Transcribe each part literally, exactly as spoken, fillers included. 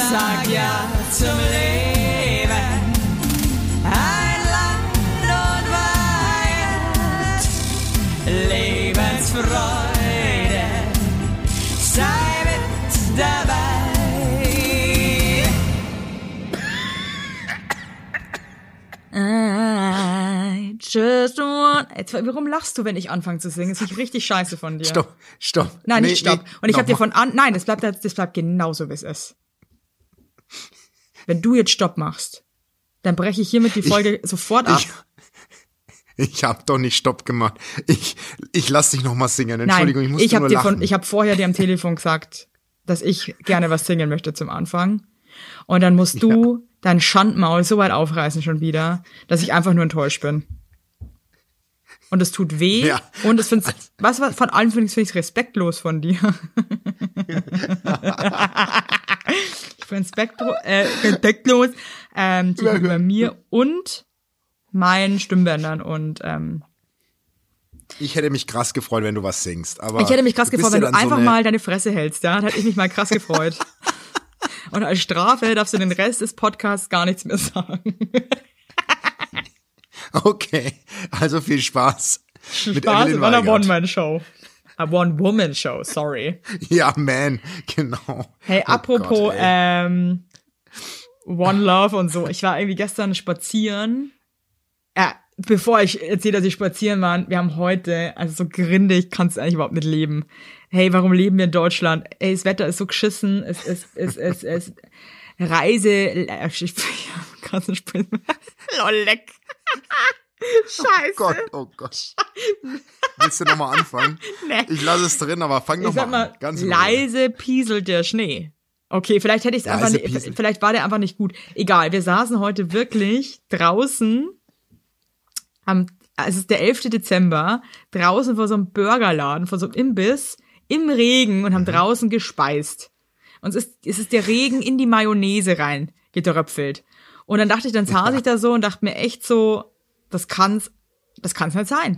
sag ja zum Leben. Ein Land und Weihend, Lebensfreude, sei mit dabei. I just want... Jetzt, warum lachst du, wenn ich anfange zu singen? Das ist richtig scheiße von dir. Stopp, stopp. Nein, nee, nicht stopp. Nee, und ich habe dir von an... Nein, das bleibt, das bleibt genauso, wie es ist. Wenn du jetzt Stopp machst, dann breche ich hiermit die Folge ich, sofort ab. Ich, ich habe doch nicht Stopp gemacht. Ich, ich lass dich noch mal singen. Entschuldigung, Nein, ich musste ich hab nur dir lachen. Von, ich habe vorher dir am Telefon gesagt, dass ich gerne was singen möchte zum Anfang. Und dann musst du... Ja. Dein Schandmaul so weit aufreißen schon wieder, dass ich einfach nur enttäuscht bin. Und es tut weh. Ja. Und es find's, was, was von allem finde ich es respektlos von dir. Ich finde respektlos, äh, respektlos ähm, gegenüber mir und meinen Stimmbändern. Und ähm, ich hätte mich krass gefreut, wenn du was singst. Aber ich hätte mich krass gefreut, wenn ja du einfach so eine... mal deine Fresse hältst. Ja, da hätte ich mich mal krass gefreut. Und als Strafe darfst du den Rest des Podcasts gar nichts mehr sagen. Okay, also viel Spaß. Spaß mit Evelyn in einer One-Man-Show. A One-Woman-Show, sorry. Ja, man, genau. Hey, oh apropos Gott, ähm, One Love und so. Ich war irgendwie gestern spazieren. Äh, bevor ich erzähle, dass ich spazieren war, wir haben heute, also so grindig, kannst du eigentlich überhaupt nicht leben. Hey, warum leben wir in Deutschland? Ey, das Wetter ist so geschissen, es ist, es, es, es, Reise, ich kann nicht sprechen. Lolleck. Scheiße. Oh Gott, oh Gott. Willst du nochmal anfangen? Nee. Ich lasse es drin, aber fang nochmal an. Ganz leise pieselt der Schnee. Okay, vielleicht hätte ich es einfach nicht, pieselt. Vielleicht war der einfach nicht gut. Egal, wir saßen heute wirklich draußen am, es ist der elfte Dezember, draußen vor so einem Burgerladen, vor so einem Imbiss, im Regen und haben mhm. draußen gespeist. Und es ist, es ist der Regen in die Mayonnaise rein getröpfelt. Und dann dachte ich, dann saß ja. ich da so und dachte mir echt so, das kann's, das kann's nicht sein.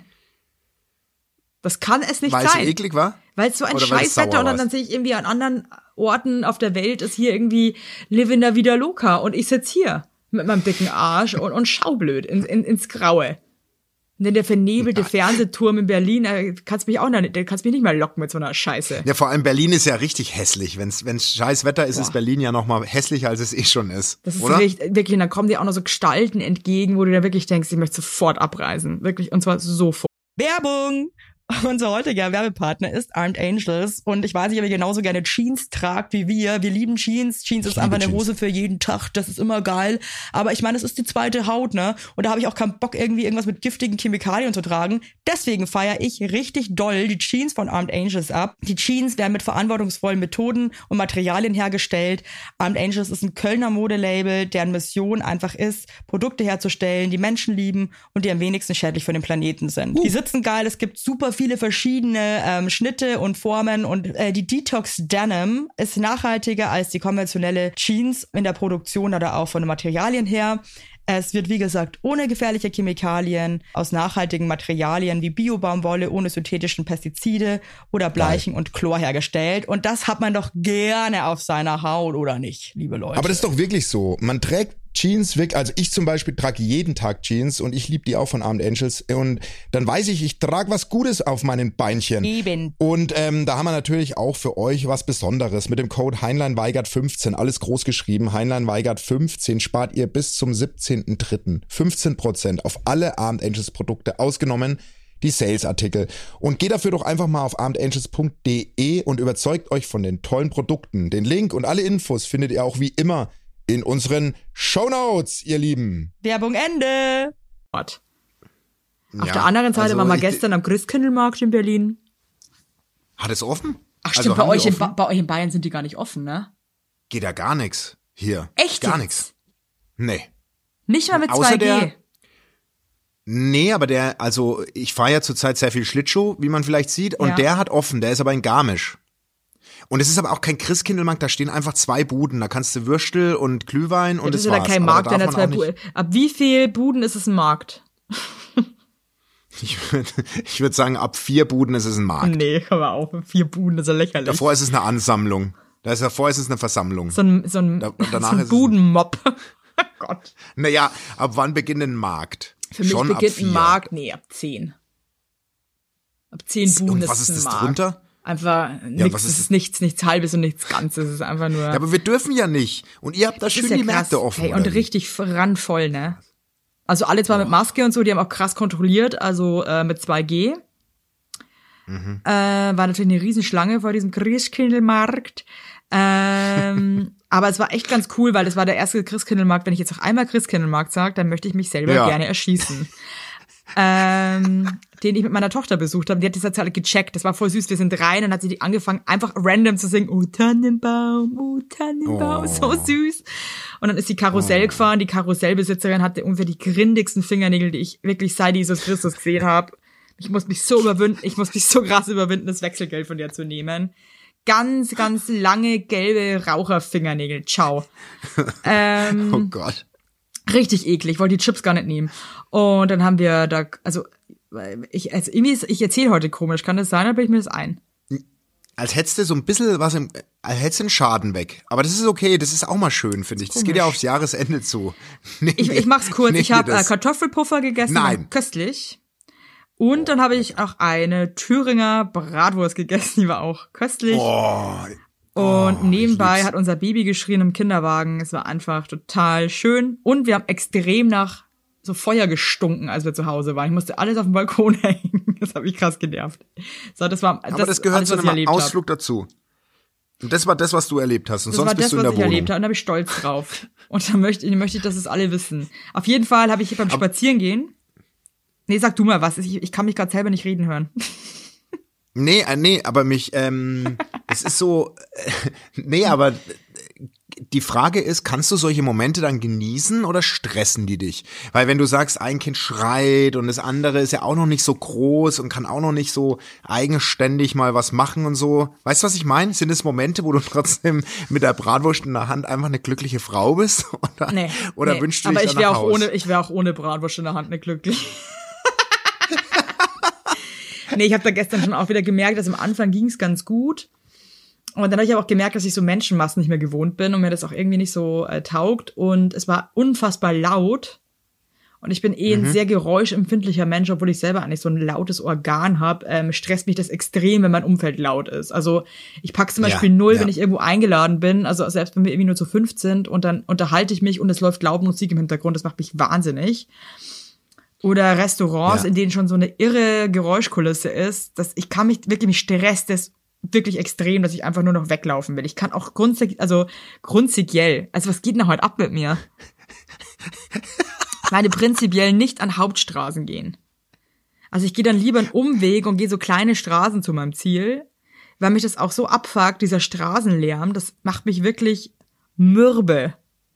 Das kann es nicht weil sein. Weil es so eklig war? Weil es so ein Scheißwetter und dann, dann sehe ich irgendwie an anderen Orten auf der Welt ist hier irgendwie Living la Vida Loca und ich sitz hier mit meinem dicken Arsch und, und schau blöd in, in, ins Graue. Und dann der vernebelte ja. Fernsehturm in Berlin, da kannst mich auch nicht, da kannst mich nicht mal locken mit so einer Scheiße. Ja, vor allem Berlin ist ja richtig hässlich. Wenn's, wenn's scheiß Wetter ist, Boah. ist Berlin ja noch mal hässlicher, als es eh schon ist. Das ist oder? Richtig, wirklich, und dann kommen dir auch noch so Gestalten entgegen, wo du da wirklich denkst, ich möchte sofort abreisen. Wirklich, und zwar sofort. Werbung! Unser heutiger Werbepartner ist Armed Angels und ich weiß nicht, ob ihr genauso gerne Jeans tragt wie wir. Wir lieben Jeans. Jeans ist einfach eine Hose für jeden Tag. Das ist immer geil. Aber ich meine, es ist die zweite Haut, ne? Und da habe ich auch keinen Bock, irgendwie irgendwas mit giftigen Chemikalien zu tragen. Deswegen feiere ich richtig doll die Jeans von Armed Angels ab. Die Jeans werden mit verantwortungsvollen Methoden und Materialien hergestellt. Armed Angels ist ein Kölner Modelabel, deren Mission einfach ist, Produkte herzustellen, die Menschen lieben und die am wenigsten schädlich für den Planeten sind. Uh. Die sitzen geil. Es gibt super viele verschiedene ähm, Schnitte und Formen und äh, die Detox Denim ist nachhaltiger als die konventionelle Jeans in der Produktion oder auch von den Materialien her. Es wird, wie gesagt, ohne gefährliche Chemikalien, aus nachhaltigen Materialien wie Bio-Baumwolle, ohne synthetischen Pestizide oder Bleichen Nein. und Chlor hergestellt. Und das hat man doch gerne auf seiner Haut, oder nicht, liebe Leute? Aber das ist doch wirklich so. Man trägt Jeans weg, also ich zum Beispiel trage jeden Tag Jeans und ich liebe die auch von Armed Angels und dann weiß ich, ich trage was Gutes auf meinen Beinchen. Eben. Und ähm, da haben wir natürlich auch für euch was Besonderes. Mit dem Code Heinlein Weigert fünfzehn, alles groß geschrieben, Heinlein Weigert fünfzehn, spart ihr bis zum siebzehnten dritten fünfzehn Prozent auf alle Armed Angels Produkte, ausgenommen die Sales-Artikel. Und geht dafür doch einfach mal auf armed angels punkt de und überzeugt euch von den tollen Produkten. Den Link und alle Infos findet ihr auch wie immer in unseren Shownotes, ihr Lieben. Werbung Ende. Auf ja, der anderen Seite also waren wir gestern am Christkindlmarkt in Berlin. Hat es offen? Ach stimmt, also bei, euch in, bei euch in Bayern sind die gar nicht offen, ne? Geht ja gar nichts hier. Echt? Gar nichts. Nee. Nicht mal mit Außer zwei G? Der, nee, aber der, also ich fahre ja zurzeit sehr viel Schlittschuh, wie man vielleicht sieht, und ja. der hat offen, der ist aber in Garmisch. Und es ist aber auch kein Christkindlmarkt, da stehen einfach zwei Buden. Da kannst du Würstel und Glühwein und ja, das das ist ja war's. kein Markt, wenn da zwei Buden. Ab wie viel Buden ist es ein Markt? Ich würde ich würd sagen, ab vier Buden ist es ein Markt. Nee, komm mal auf, vier Buden ist ja lächerlich. Davor ist es eine Ansammlung. Da ist ja vorher ist es eine Versammlung. So ein, so ein, da, so ein Budenmob. Oh Gott. Naja, ab wann beginnt ein Markt? Für mich Schon beginnt ab vier. ein Markt, nee, ab zehn. Ab zehn Buden und ist was ist ein das Markt. drunter? Einfach Ja, nichts, was es ist ist nichts, nichts Halbes und nichts Ganzes, es ist einfach nur. Ja, aber wir dürfen ja nicht. Und ihr habt da das schön ist ja die krass. Märkte offen. Hey, und oder wie? richtig randvoll, ne? Also alle zwar mit Maske und so, die haben auch krass kontrolliert, also äh, mit zwei G. Mhm. Äh, war natürlich eine Riesenschlange vor diesem Christkindlmarkt. Ähm, aber es war echt ganz cool, weil das war der erste Christkindlmarkt. Wenn ich jetzt noch einmal Christkindlmarkt sage, dann möchte ich mich selber Ja. gerne erschießen. ähm, den ich mit meiner Tochter besucht habe. Die hat das jetzt alle gecheckt. Das war voll süß. Wir sind rein und hat sie die angefangen, einfach random zu singen. Oh Tannenbaum, oh Tannenbaum, Oh. so süß. Und dann ist die Karussell Oh. gefahren. Die Karussellbesitzerin hatte ungefähr die grindigsten Fingernägel, die ich wirklich seit Jesus Christus gesehen habe. Ich muss mich so überwinden, ich muss mich so krass überwinden, das Wechselgeld von dir zu nehmen. Ganz, ganz lange gelbe Raucherfingernägel. Ciao. Ähm, Oh Gott. Richtig eklig, wollte die Chips gar nicht nehmen. Und dann haben wir da, also ich, also irgendwie ist, ich erzähle heute komisch, kann das sein, oder bilde ich mir das ein? Als hättest du so ein bisschen was im, als hättest du einen Schaden weg. Aber das ist okay, das ist auch mal schön, finde ich. Das geht ja aufs Jahresende zu. Nee, Ich, ich mach's kurz, nee, ich habe äh, das- Kartoffelpuffer gegessen, Nein. köstlich. Und dann habe ich auch eine Thüringer Bratwurst gegessen, die war auch köstlich. Oh, Und Oh, nebenbei ich lieb's. hat unser Baby geschrien im Kinderwagen. Es war einfach total schön. Und wir haben extrem nach so Feuer gestunken, als wir zu Hause waren. Ich musste alles auf dem Balkon hängen. Das hat mich krass genervt. So, das war, aber das gehört alles, zu was ich einem erlebt hab. Ausflug dazu. Und das war das, was du erlebt hast. Und Das sonst war bist das, du in was der ich Wohnung. erlebt habe. Und da bin ich stolz drauf. Und da möchte, möchte ich, dass es alle wissen. Auf jeden Fall habe ich beim Spazierengehen. Nee, sag du mal was. Ich, ich kann mich gerade selber nicht reden hören. Nee, äh, nee, aber mich, ähm, es ist so, äh, nee, aber die Frage ist, kannst du solche Momente dann genießen oder stressen die dich? Weil wenn du sagst, ein Kind schreit und das andere ist ja auch noch nicht so groß und kann auch noch nicht so eigenständig mal was machen und so. Weißt du, was ich meine? Sind es Momente, wo du trotzdem mit der Bratwurst in der Hand einfach eine glückliche Frau bist? Oder, Nee. oder nee. wünschst du Aber dich ich dann wäre nach auch Haus? ohne, ich wäre auch ohne Bratwurst in der Hand nicht glücklich. Nee, ich habe da gestern schon auch wieder gemerkt, dass am Anfang ging es ganz gut. Und dann habe ich aber auch gemerkt, dass ich so Menschenmassen nicht mehr gewohnt bin und mir das auch irgendwie nicht so äh, taugt. Und es war unfassbar laut. Und ich bin eh Mhm. ein sehr geräuschempfindlicher Mensch, obwohl ich selber eigentlich so ein lautes Organ habe. Ähm, stresst mich das extrem, wenn mein Umfeld laut ist. Also ich pack's zum Ja, Beispiel null, ja. wenn ich irgendwo eingeladen bin. Also selbst wenn wir irgendwie nur zu fünft sind und dann unterhalte ich mich und es läuft laut Musik im Hintergrund. Das macht mich wahnsinnig. Oder Restaurants, Ja. in denen schon so eine irre Geräuschkulisse ist, dass ich kann mich wirklich, mich stresst das wirklich extrem, dass ich einfach nur noch weglaufen will. Ich kann auch grundsätzlich, also grundsätzlich, also was geht denn heute ab mit mir? Ich meine prinzipiell nicht an Hauptstraßen gehen. Also ich gehe dann lieber einen Umweg und gehe so kleine Straßen zu meinem Ziel, weil mich das auch so abfuckt, dieser Straßenlärm, das macht mich wirklich mürbe.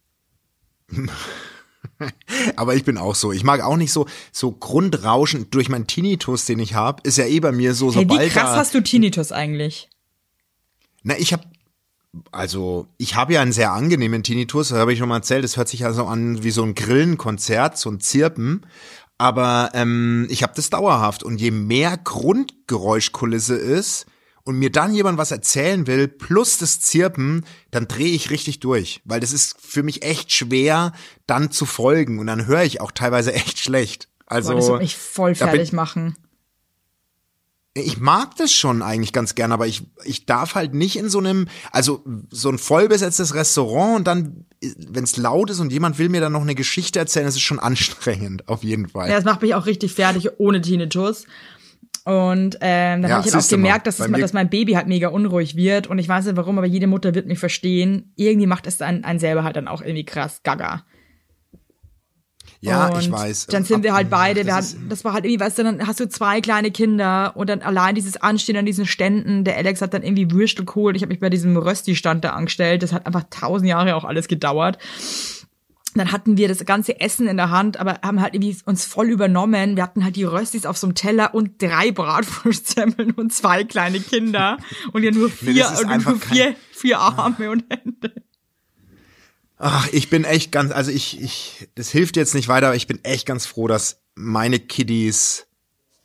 Aber ich bin auch so. Ich mag auch nicht so so Grundrauschen durch meinen Tinnitus, den ich habe, ist ja eh bei mir so, Hey, sobald wie krass da, hast du Tinnitus eigentlich? Na, ich habe also ich habe ja einen sehr angenehmen Tinnitus, das habe ich schon mal erzählt. Das hört sich also an wie so ein Grillenkonzert, so ein Zirpen. Aber ähm, ich habe das dauerhaft. Und je mehr Grundgeräuschkulisse ist und mir dann jemand was erzählen will, plus das Zirpen, dann drehe ich richtig durch. Weil das ist für mich echt schwer, dann zu folgen. Und dann höre ich auch teilweise echt schlecht. Also Boah, das wird mich voll da bin- fertig machen. Ich mag das schon eigentlich ganz gern, aber ich, ich darf halt nicht in so einem, also so ein vollbesetztes Restaurant und dann, wenn es laut ist und jemand will mir dann noch eine Geschichte erzählen, das ist schon anstrengend, auf jeden Fall. Ja, das macht mich auch richtig fertig ohne Tinnitus. Und ähm, dann Ja, habe ich halt auch siehst du mal, gemerkt, dass, bei es, mir- dass mein Baby halt mega unruhig wird. Und ich weiß nicht warum, aber jede Mutter wird mich verstehen. Irgendwie macht es einen, einen selber halt dann auch irgendwie krass gaga. Ja, und ich weiß. Dann sind wir halt Ab- beide, wir das hatten, das war halt irgendwie, weißt du, dann hast du zwei kleine Kinder und dann allein dieses Anstehen an diesen Ständen. Der Alex hat dann irgendwie Würstel geholt. Ich habe mich bei diesem Rösti-Stand da angestellt. Das hat einfach tausend Jahre auch alles gedauert. Dann hatten wir das ganze Essen in der Hand, aber haben halt irgendwie uns voll übernommen. Wir hatten halt die Röstis auf so einem Teller und drei Bratwurstsemmeln und zwei kleine Kinder und ja nur Nee, vier, das ist und einfach nur vier, vier Arme und Hände. Ach, ich bin echt ganz, also ich, ich, das hilft jetzt nicht weiter, aber ich bin echt ganz froh, dass meine Kiddies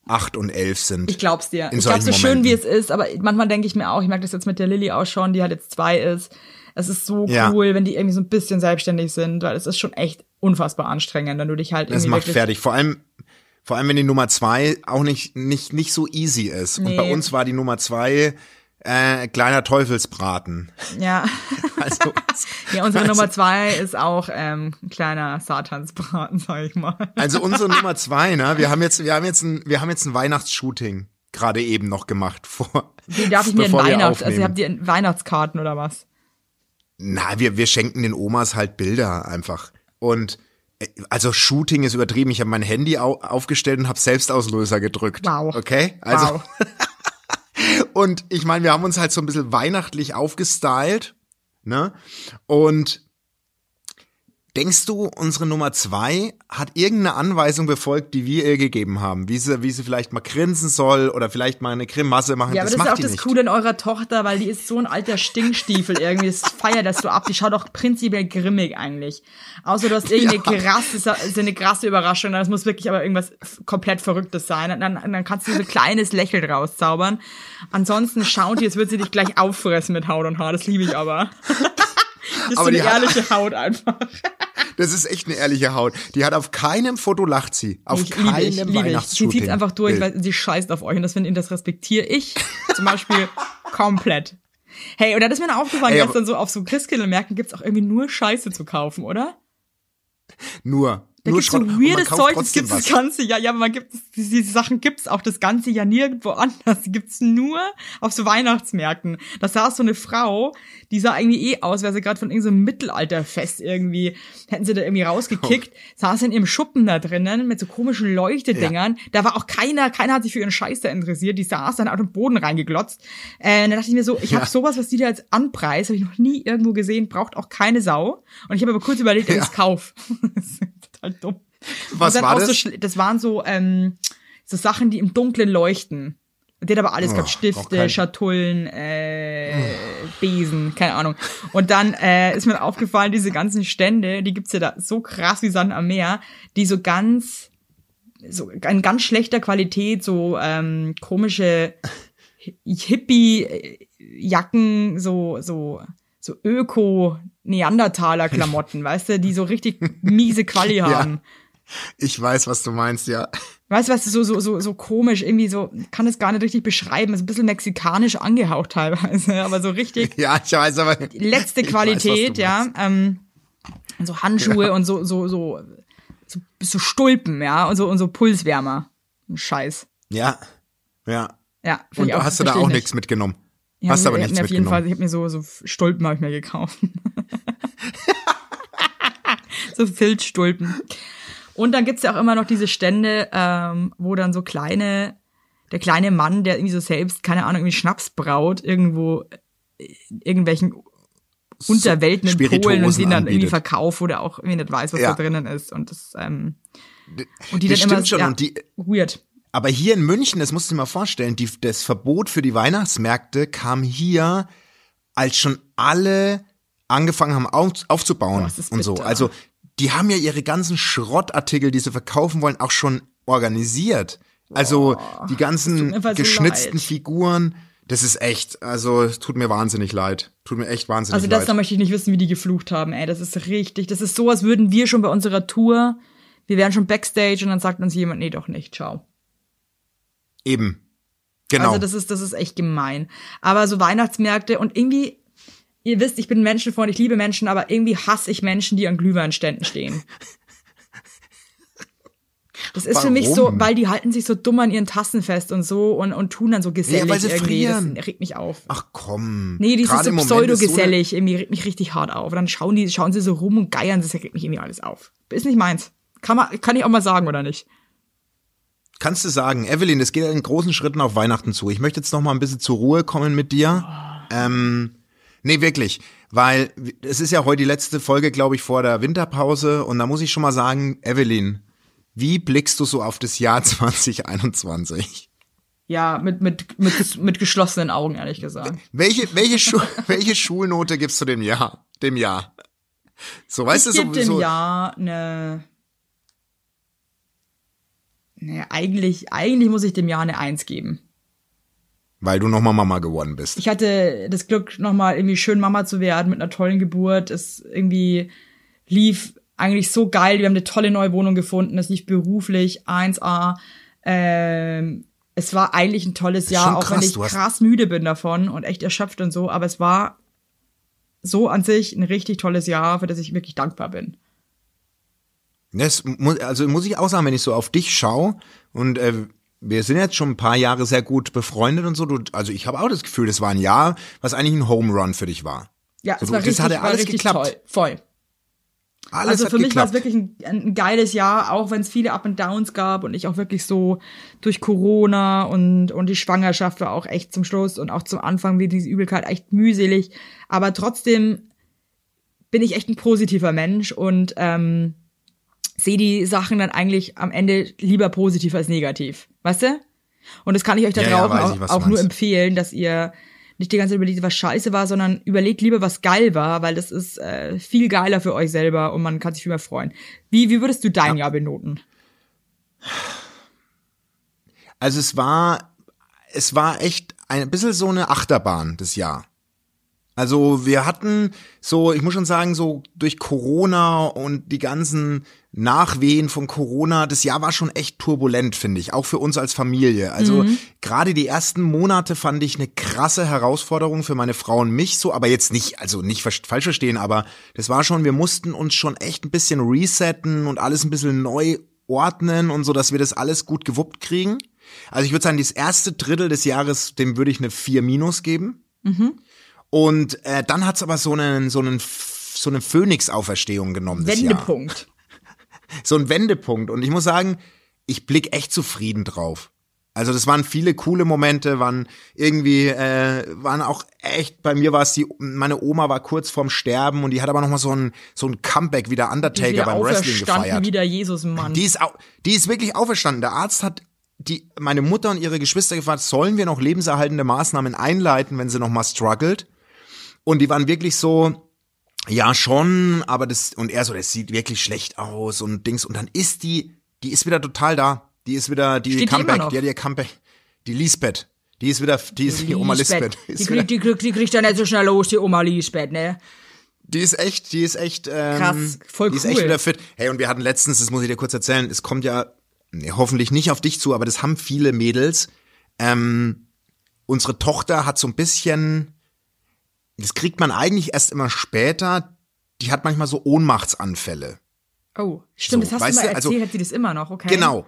acht und elf sind. Ich glaub's dir. In ich glaub's so solchen schön, Momenten. wie es ist, aber manchmal denke ich mir auch, ich merke das jetzt mit der Lilly auch schon, die halt jetzt zwei ist. Es ist so Ja. cool, wenn die irgendwie so ein bisschen selbstständig sind, weil es ist schon echt unfassbar anstrengend, wenn du dich halt Das irgendwie macht wirklich fertig. Vor allem, vor allem, wenn die Nummer zwei auch nicht, nicht, nicht so easy ist. Und Nee. bei uns war die Nummer zwei äh, kleiner Teufelsbraten. Ja. Also, Ja, unsere also, Nummer zwei ist auch ähm, ein kleiner Satansbraten, sag ich mal. Also unsere Nummer zwei, ne? Wir haben jetzt, wir haben jetzt ein, wir haben jetzt ein Weihnachtsshooting gerade eben noch gemacht vor. Wie darf ich mir ein bevor wir Weihnachts, also aufnehmen. habt ihr Weihnachtskarten oder was? Na, wir, wir schenken den Omas halt Bilder einfach. Und äh, also Shooting ist übertrieben. Ich habe mein Handy au- aufgestellt und habe Selbstauslöser gedrückt. Wow. Okay? Also Wow. und ich meine, wir haben uns halt so ein bisschen weihnachtlich aufgestylt, ne? Und denkst du, unsere Nummer zwei hat irgendeine Anweisung befolgt, die wir ihr gegeben haben? Wie sie, wie sie vielleicht mal grinsen soll oder vielleicht mal eine Grimasse machen? Ja, aber das das, macht ist auch die das nicht. Coole in eurer Tochter, weil die ist so ein alter Stinkstiefel irgendwie. Das feiert das so ab. Die schaut auch prinzipiell grimmig eigentlich. Außer du hast irgendeine Ja. krasse, so eine krasse Überraschung. Das muss wirklich aber irgendwas f- komplett Verrücktes sein. Und dann, dann kannst du so ein kleines Lächeln rauszaubern. Ansonsten schaut die, als würde sie dich gleich auffressen mit Haut und Haar. Das liebe ich aber. Das ist Aber so eine die hat- ehrliche Haut einfach. Das ist echt eine ehrliche Haut. Die hat auf keinem Foto lacht sie. Auf Ich liebe keinem ich, liebe ich. Sie Weihnachtsshooting. zieht einfach durch, Bild. weil sie scheißt auf euch und das finde ich, das respektiere ich zum Beispiel komplett. Hey, und da ist mir noch aufgefallen, Ey, gestern so auf so Christkindlmärkten gibt's auch irgendwie nur Scheiße zu kaufen, oder? Nur. Da nur gibt's so Schrott. Und man weirdes kauft Zeug, das trotzdem gibt's das was. ganze Jahr. Ja, aber man gibt diese, diese Sachen gibt's auch das ganze Jahr nirgendwo anders. Die gibt's nur auf so Weihnachtsmärkten. Da saß so eine Frau, die sah irgendwie eh aus, wäre sie gerade von irgendeinem Mittelalterfest irgendwie, hätten sie da irgendwie rausgekickt, Oh. saß in ihrem Schuppen da drinnen mit so komischen Leuchtedingern. Da war auch keiner, keiner hat sich für ihren Scheiß da interessiert. Die saß dann auf den Boden reingeglotzt. Äh, dann dachte ich mir so, ich Ja. habe sowas, was die da jetzt anpreist, habe ich noch nie irgendwo gesehen, braucht auch keine Sau. Und ich habe aber kurz überlegt, ob Ja. ich es kauf. Das ist total dumm. Was Und dann war auch das? So, schl- das waren so, ähm, so Sachen, die im Dunkeln leuchten. Die hat aber alles Oh, gehabt. auch Stifte, kein- Schatullen, äh, Besen, keine Ahnung. Und dann äh, ist mir aufgefallen, diese ganzen Stände, die gibt's ja da so krass wie Sand am Meer, die so ganz, so in ganz schlechter Qualität, so ähm, komische Hippie-Jacken, so, so, so Öko-Neandertaler-Klamotten, weißt du, die so richtig miese Quali Ja. haben. Ich weiß, was du meinst, ja. Weißt du, was so, so, so, so komisch, irgendwie so, kann es gar nicht richtig beschreiben, ist ein bisschen mexikanisch angehaucht teilweise, aber so richtig Ja, ich weiß, aber. letzte ich Qualität, weiß, was du ja. meinst. Ähm, so Handschuhe Ja. und so, so, so, so, so Stulpen, ja, und so, und so Pulswärmer. Scheiß. Ja. Ja. Ja, find Und ich auch, hast du da versteh auch ich nichts mitgenommen? Ich Hast hab aber mir- nichts mir auf jeden mitgenommen. Fall, ich habe mir so, so Stulpen habe ich mir gekauft. So Filzstulpen. Und dann gibt's ja auch immer noch diese Stände, ähm, wo dann so kleine, der kleine Mann, der irgendwie so selbst, keine Ahnung, irgendwie Schnaps braut, irgendwo in irgendwelchen Unterwelten in Spirituosen Polen und den dann irgendwie anbietet. verkauft, wo der auch irgendwie nicht weiß, was Ja. da drinnen ist. Und das, ähm, und die Das dann immer, stimmt schon. ja, Und die, weird. aber hier in München, das musst du dir mal vorstellen, die, das Verbot für die Weihnachtsmärkte kam hier, als schon alle angefangen haben auf, aufzubauen Boah, ist das und so. bitter. Also die haben ja ihre ganzen Schrottartikel, die sie verkaufen wollen, auch schon organisiert. Also die tut ganzen mir voll so geschnitzten leid. Figuren, das ist echt, also es tut mir wahnsinnig leid. Tut mir echt wahnsinnig Also das, leid. da möchte ich nicht wissen, wie die geflucht haben, ey. Das ist richtig. Das ist so, als würden wir schon bei unserer Tour, wir wären schon Backstage und dann sagt uns jemand, nee, doch nicht, ciao. Eben. Genau. Also das ist, das ist echt gemein. Aber so Weihnachtsmärkte und irgendwie, ihr wisst, ich bin ein Menschenfreund, ich liebe Menschen, aber irgendwie hasse ich Menschen, die an Glühweinständen stehen. Das ist für mich so, Warum? weil die halten sich so dumm an ihren Tassen fest und so und, und tun dann so gesellig weil sie irgendwie. frieren. Das regt mich auf. Ach komm. Nee, dieses Gerade so im Moment ist so eine- pseudo-gesellig, irgendwie regt mich richtig hart auf. Und dann schauen die, schauen sie so rum und geiern, das regt mich irgendwie alles auf. Ist nicht meins. Kann man, kann ich auch mal sagen, oder nicht? Kannst du sagen, Evelyn, es geht in großen Schritten auf Weihnachten zu. Ich möchte jetzt noch mal ein bisschen zur Ruhe kommen mit dir. Ähm, nee, wirklich, weil es ist ja heute die letzte Folge, glaube ich, vor der Winterpause und da muss ich schon mal sagen, Evelyn, wie blickst du so auf das Jahr zwanzig einundzwanzig? Ja, mit, mit, mit, mit geschlossenen Augen, ehrlich gesagt. Welche, welche, Schu welche Schulnote gibst du dem Jahr? Dem Jahr? So, weißt Ich du, gebe so, dem so Jahr eine Nee, eigentlich, eigentlich muss ich dem Jahr eine Eins geben. Weil du nochmal Mama geworden bist. Ich hatte das Glück, nochmal irgendwie schön Mama zu werden mit einer tollen Geburt. Es irgendwie lief eigentlich so geil. Wir haben eine tolle neue Wohnung gefunden. Es lief beruflich eins A. Ähm, es war eigentlich ein tolles Jahr, auch wenn ich krass müde bin davon und echt erschöpft und so. Aber es war so an sich ein richtig tolles Jahr, für das ich wirklich dankbar bin. Das muss, also muss ich auch sagen, wenn ich so auf dich schaue und äh, wir sind jetzt schon ein paar Jahre sehr gut befreundet und so. Du, also ich habe auch das Gefühl, das war ein Jahr, was eigentlich ein Home Run für dich war. Ja, so, es war das richtig, hat ja alles war richtig geklappt. toll. Voll. Alles also hat für mich geklappt. war es wirklich ein, ein geiles Jahr, auch wenn es viele Up and Downs gab und ich auch wirklich so durch Corona und und die Schwangerschaft war auch echt zum Schluss und auch zum Anfang wie diese Übelkeit echt mühselig. Aber trotzdem bin ich echt ein positiver Mensch und ähm, sehe die Sachen dann eigentlich am Ende lieber positiv als negativ. Weißt du? Und das kann ich euch da ja, draußen ja, ich, auch, auch nur empfehlen, dass ihr nicht die ganze Zeit überlegt, was scheiße war, sondern überlegt lieber, was geil war, weil das ist äh, viel geiler für euch selber und man kann sich viel mehr freuen. Wie, wie würdest du dein ja. Jahr benoten? Also es war, es war echt ein bisschen so eine Achterbahn, das Jahr. Also wir hatten so, ich muss schon sagen, so durch Corona und die ganzen Nachwehen von Corona, das Jahr war schon echt turbulent, finde ich, auch für uns als Familie. Also mhm. gerade die ersten Monate fand ich eine krasse Herausforderung für meine Frau und mich so, aber jetzt nicht, also nicht falsch verstehen, aber das war schon, wir mussten uns schon echt ein bisschen resetten und alles ein bisschen neu ordnen und so, dass wir das alles gut gewuppt kriegen. Also ich würde sagen, das erste Drittel des Jahres, dem würde ich eine vier minus geben. Mhm. Und äh, dann hat's aber so einen so einen so eine Phönix-Auferstehung genommen. Wendepunkt. Jahr. So ein Wendepunkt. Und ich muss sagen, ich blick echt zufrieden drauf. Also das waren viele coole Momente, waren irgendwie äh, waren auch echt. Bei mir war es die, meine Oma war kurz vorm Sterben und die hat aber noch mal so ein so ein Comeback wie der Undertaker wieder beim Wrestling gefeiert. Wie der Jesus-Mann. Die ist auch, die ist wirklich auferstanden. Der Arzt hat die meine Mutter und ihre Geschwister gefragt, sollen wir noch lebenserhaltende Maßnahmen einleiten, wenn sie noch mal struggelt? Und die waren wirklich so, ja schon, aber das, und er so, das sieht wirklich schlecht aus und Dings. Und dann ist die, die ist wieder total da. Die ist wieder, die Steht Comeback, die, die hat ihr Comeback. Die Lisbeth, die ist wieder, die ist die Oma Lisbeth. Die kriegt, die, kriegt, die kriegt ja nicht so schnell los, die Oma Lisbeth, ne? Die ist echt, die ist echt, ähm, krass, voll die cool. ist echt wieder fit. Hey, und wir hatten letztens, das muss ich dir kurz erzählen, es kommt ja, nee, hoffentlich nicht auf dich zu, aber das haben viele Mädels. Ähm, unsere Tochter hat so ein bisschen, das kriegt man eigentlich erst immer später, die hat manchmal so Ohnmachtsanfälle. Oh, stimmt, so, das hast du mal du? erzählt, also, hat sie das immer noch, okay. Genau.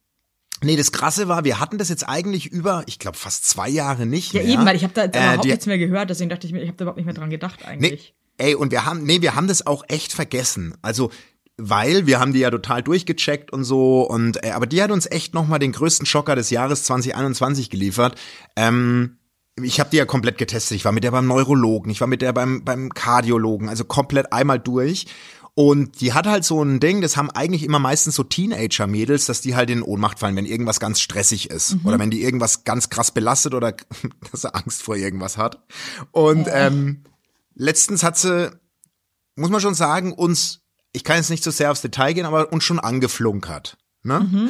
Nee, das Krasse war, wir hatten das jetzt eigentlich über, ich glaube, fast zwei Jahre nicht ja, mehr. Ja eben, weil ich habe da jetzt äh, überhaupt die, nichts mehr gehört, deswegen dachte ich mir, ich habe da überhaupt nicht mehr dran gedacht eigentlich. Nee, ey, und wir haben, nee, wir haben das auch echt vergessen. Also, weil wir haben die ja total durchgecheckt und so und, äh, aber die hat uns echt nochmal den größten Schocker des Jahres zwanzig einundzwanzig geliefert. Ähm, Ich habe die ja komplett getestet. Ich war mit der beim Neurologen, ich war mit der beim beim Kardiologen, also komplett einmal durch. Und die hat halt so ein Ding, das haben eigentlich immer meistens so Teenager-Mädels, dass die halt in Ohnmacht fallen, wenn irgendwas ganz stressig ist. Mhm. Oder wenn die irgendwas ganz krass belastet oder dass sie Angst vor irgendwas hat. Und ja. ähm, letztens hat sie, muss man schon sagen, uns, ich kann jetzt nicht so sehr aufs Detail gehen, aber uns schon angeflunkert. Ne? Mhm.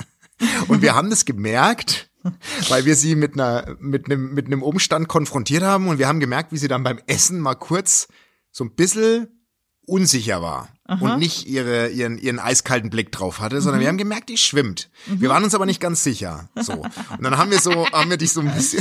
Und wir haben das gemerkt, weil wir sie mit einer mit einem mit einem Umstand konfrontiert haben und wir haben gemerkt, wie sie dann beim Essen mal kurz so ein bisschen unsicher war. Aha. Und nicht ihre ihren ihren eiskalten Blick drauf hatte, sondern mhm. wir haben gemerkt, die schwimmt. Mhm. Wir waren uns aber nicht ganz sicher. So. Und dann haben wir so haben wir dich so ein bisschen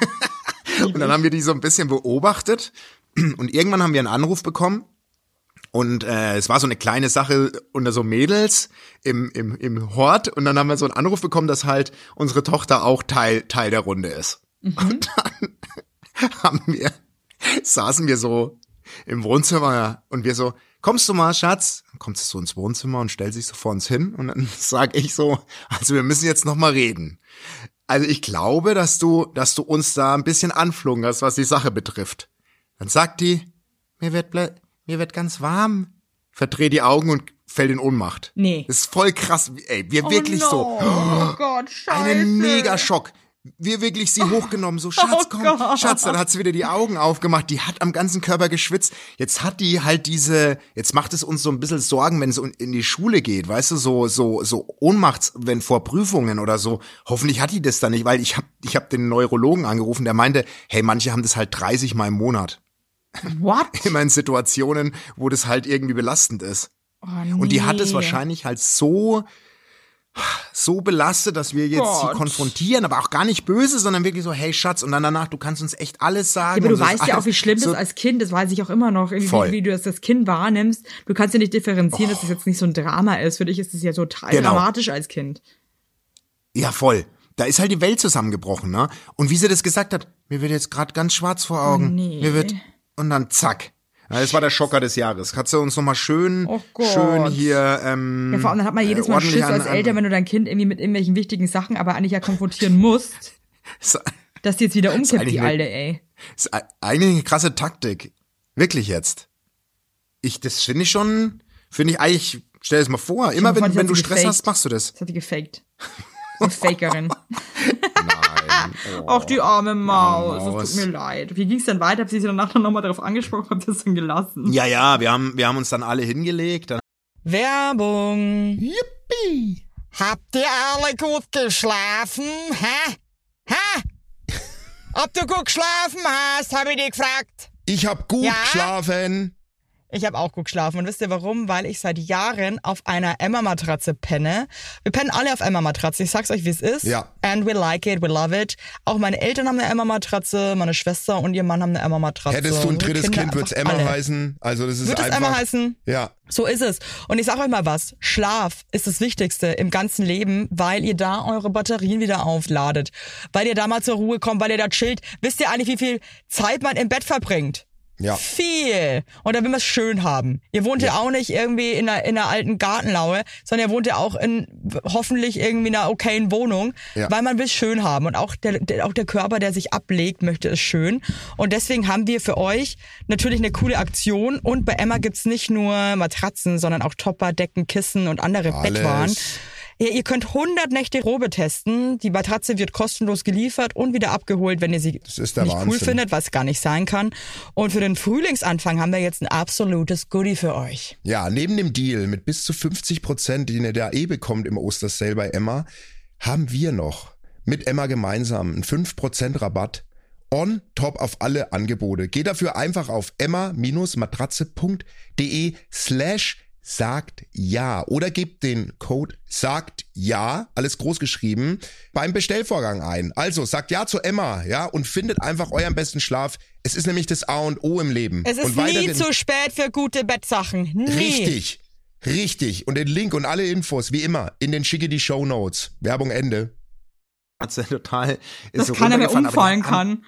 und dann haben wir die so ein bisschen beobachtet und irgendwann haben wir einen Anruf bekommen. Und äh, es war so eine kleine Sache unter so Mädels im, im, im Hort. Und dann haben wir so einen Anruf bekommen, dass halt unsere Tochter auch Teil, Teil der Runde ist. Mhm. Und dann haben wir, saßen wir so im Wohnzimmer und wir so, kommst du mal, Schatz? Dann kommt sie so ins Wohnzimmer und stellt sich so vor uns hin. Und dann sag ich so, also wir müssen jetzt noch mal reden. Also ich glaube, dass du, dass du uns da ein bisschen anflunkerst, was die Sache betrifft. Dann sagt die, mir wird ble- Mir wird ganz warm. Verdreh die Augen und fällt in Ohnmacht. Nee. Das ist voll krass. Ey, wir oh wirklich no. so. Oh Gott, scheiße. Einen Mega-Schock. wir wirklich sie hochgenommen, so Schatz, Oh komm, Gott. Schatz, dann hat sie wieder die Augen aufgemacht, die hat am ganzen Körper geschwitzt. Jetzt hat die halt diese, jetzt macht es uns so ein bisschen Sorgen, wenn es in die Schule geht, weißt du, so so so Ohnmachts, wenn vor Prüfungen oder so. Hoffentlich hat die das dann nicht, weil ich hab ich hab den Neurologen angerufen, der meinte, hey, manche haben das halt dreißig Mal im Monat. What? Immer in Situationen, wo das halt irgendwie belastend ist. Oh, nee. Und die hat es wahrscheinlich halt so so belastet, dass wir jetzt Gott. sie konfrontieren, aber auch gar nicht böse, sondern wirklich so, hey Schatz, und dann danach, du kannst uns echt alles sagen. Ja, aber du und so ist weißt ja alles auch, wie schlimm so, das ist als Kind, das weiß ich auch immer noch, wie, Voll. wie du das, das Kind wahrnimmst. Du kannst ja nicht differenzieren, oh. dass das jetzt nicht so ein Drama ist. Für dich ist das ja total Genau. dramatisch als Kind. Ja, voll. Da ist halt die Welt zusammengebrochen, ne? Und wie sie das gesagt hat, mir wird jetzt gerade ganz schwarz vor Augen. Oh, nee. Mir wird, und dann zack. Ja, das war der Schocker des Jahres. Hat sie uns nochmal schön, Oh Gott. schön hier, ähm, Ja, vor allem dann hat man jedes äh, Mal ordentlich Schiss an- als an- Eltern, wenn du dein Kind irgendwie mit irgendwelchen wichtigen Sachen aber eigentlich ja konfrontieren musst, Ist, dass die jetzt wieder umkippt, eigentlich die eine- Alte, ey. ist eigentlich eine krasse Taktik. Wirklich jetzt. Ich, das finde ich schon, finde ich eigentlich, stell es mal vor, immer vor, wenn, die wenn hat du sie Stress gefaked. hast, machst du das. Das hat die gefaked. Eine Fakerin. Nein. Oh. Ach, die arme Maus. Maus. Es tut mir leid. Wie ging's denn weiter? Hab sie danach dann nochmal darauf angesprochen, hab das dann gelassen? Ja, ja, wir haben, wir haben uns dann alle hingelegt. Dann Werbung. Yippie. Habt ihr alle gut geschlafen? Hä? Hä? Ob du gut geschlafen hast, habe ich dich gefragt. Ich hab gut Ja? geschlafen. Ich habe auch gut geschlafen. Und wisst ihr warum? Weil ich seit Jahren auf einer Emma-Matratze penne. Wir pennen alle auf Emma-Matratze. Ich sag's euch, wie es ist. Ja. And we like it, we love it. Auch meine Eltern haben eine Emma-Matratze, meine Schwester und ihr Mann haben eine Emma-Matratze. Hättest du ein Unsere drittes Kinder Kind, wird's einfach Emma alle. heißen. Also das ist Wird es einfach. Emma heißen? Ja. So ist es. Und ich sag euch mal was. Schlaf ist das Wichtigste im ganzen Leben, weil ihr da eure Batterien wieder aufladet. Weil ihr da mal zur Ruhe kommt, weil ihr da chillt. Wisst ihr eigentlich, wie viel Zeit man im Bett verbringt? Ja. Viel. Und da will man es schön haben. Ihr wohnt ja, ja auch nicht irgendwie in einer, in einer alten Gartenlaue, sondern ihr wohnt ja auch in hoffentlich irgendwie einer okayen Wohnung, Ja. weil man will es schön haben. Und auch der, der, auch der Körper, der sich ablegt, möchte es schön. Und deswegen haben wir für euch natürlich eine coole Aktion. Und bei Emma gibt's nicht nur Matratzen, sondern auch Topper, Decken, Kissen und andere Alles. Bettwaren. Ja, ihr könnt hundert Nächte Probe testen. Die Matratze wird kostenlos geliefert und wieder abgeholt, wenn ihr sie Das ist der nicht cool Wahnsinn. findet, was gar nicht sein kann. Und für den Frühlingsanfang haben wir jetzt ein absolutes Goodie für euch. Ja, neben dem Deal mit bis zu fünfzig Prozent, den ihr da eh bekommt im Ostersale bei Emma, haben wir noch mit Emma gemeinsam einen fünf Prozent Rabatt on top auf alle Angebote. Geht dafür einfach auf emma-matratze.de slash sagt ja oder gebt den Code sagt ja, alles groß geschrieben, beim Bestellvorgang ein. Also sagt ja zu Emma, ja, und findet einfach euren besten Schlaf. Es ist nämlich das A und O im Leben. Es ist und nie weiterhin- zu spät für gute Bettsachen. Nie. Richtig, richtig. Und den Link und alle Infos, wie immer, in den schicke die Shownotes. Werbung Ende. hat sie total, ist Dass so keiner mehr runtergefallen, aber umfallen die kann.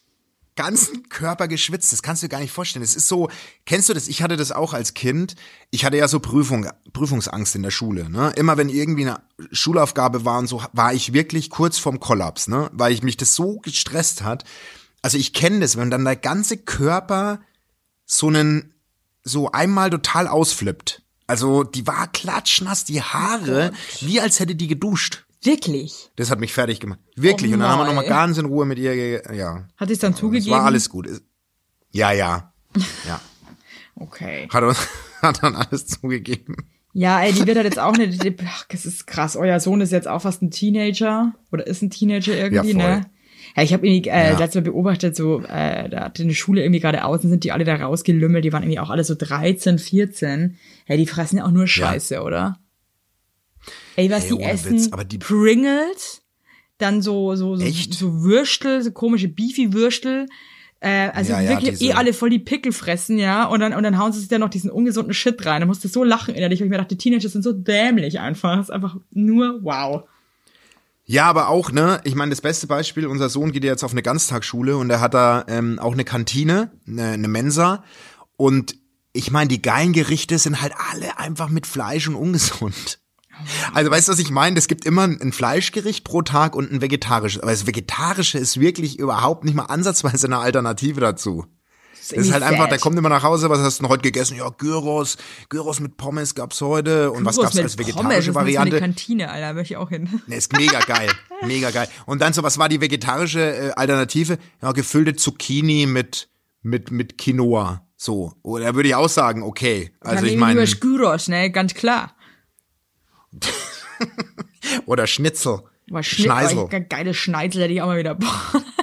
ganzen Körper geschwitzt. Das kannst du dir gar nicht vorstellen. Es ist so, kennst du das? Ich hatte das auch als Kind. Ich hatte ja so Prüfung, Prüfungsangst in der Schule. Ne? Immer wenn irgendwie eine Schulaufgabe war und so, war ich wirklich kurz vorm Kollaps, ne? Weil ich mich das so gestresst hat. Also ich kenne das, wenn dann der ganze Körper so einen, so einmal total ausflippt. Also die war klatschnass, die Haare, wie als hätte die geduscht. Wirklich. Das hat mich fertig gemacht. Wirklich. Oh und dann haben wir nein. nochmal ganz in Ruhe mit ihr, ge- ja. Hat sie es dann Es zugegeben? war alles gut. Ja, ja. Ja. Okay. Hat, uns, hat dann alles zugegeben. Ja, ey, die wird halt jetzt auch nicht, die, ach, das ist krass. Euer Sohn ist jetzt auch fast ein Teenager oder ist ein Teenager irgendwie, Ja, voll. ne? Ja, ich habe irgendwie äh, Ja. letztes Mal beobachtet, so, äh, da hat eine Schule irgendwie gerade außen, sind die alle da rausgelümmelt, die waren irgendwie auch alle so dreizehn, vierzehn. Hey, die fressen ja auch nur Scheiße, oder? Ey, was Ey, die ohne essen, Witz, aber die- Pringles, dann so, so, so, Echt? so Würstel, so komische Beefy-Würstel, äh, also Ja, ja, wirklich diese- eh alle voll die Pickel fressen, ja, und dann, und dann hauen sie sich da noch diesen ungesunden Shit rein. Da musste so lachen innerlich, weil ich mir dachte, die Teenager sind so dämlich einfach. Das ist einfach nur wow. Ja, aber auch, ne, ich meine, das beste Beispiel, unser Sohn geht ja jetzt auf eine Ganztagsschule und er hat da ähm, auch eine Kantine, eine, eine Mensa. Und ich meine, die geilen Gerichte sind halt alle einfach mit Fleisch und ungesund. Also weißt du, was ich meine? Es gibt immer ein Fleischgericht pro Tag und ein vegetarisches. Aber das Vegetarische ist wirklich überhaupt nicht mal ansatzweise eine Alternative dazu. Das ist halt einfach, der kommt immer nach Hause, was hast du denn heute gegessen? Ja, Gyros, Gyros mit Pommes gab's heute. Und Gyros was gab's mit als vegetarische Pommes, das Variante? ist eine Kantine, Alter, möchte ich auch hin. Ne, ist mega geil, mega geil. Und dann so, was war die vegetarische äh, Alternative? Ja, gefüllte Zucchini mit, mit, mit Quinoa. So, oder würde ich auch sagen, okay. Also ich meine. Gyros, ne, ganz klar. Oder Schnitzel. Boah, Schnitt, Schneisel. Oh, geile Schneizel hätte ich auch mal wieder. Boah.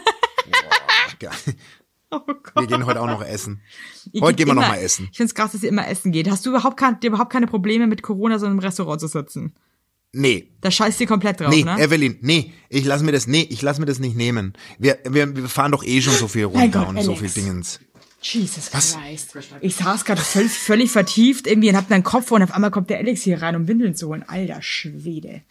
Geil. Oh Gott. Wir gehen heute auch noch essen. Ihr Heute geht gehen wir immer, noch mal essen. Ich find's krass, dass ihr immer essen geht. Hast du überhaupt, kein, dir überhaupt keine Probleme mit Corona, so im Restaurant zu sitzen? Nee. Da scheißt ihr komplett drauf, Nee, ne? Evelyn, nee, ich lass mir das, nee, ich lass mir das nicht nehmen. Wir, wir, wir fahren doch eh schon so viel Mein runter Gott, und so Alex. viel Dingens. Jesus Was? Christ. Ich saß gerade völlig, völlig vertieft irgendwie und hab meinen Kopf vor und auf einmal kommt der Alex hier rein, um Windeln zu holen. Alter Schwede.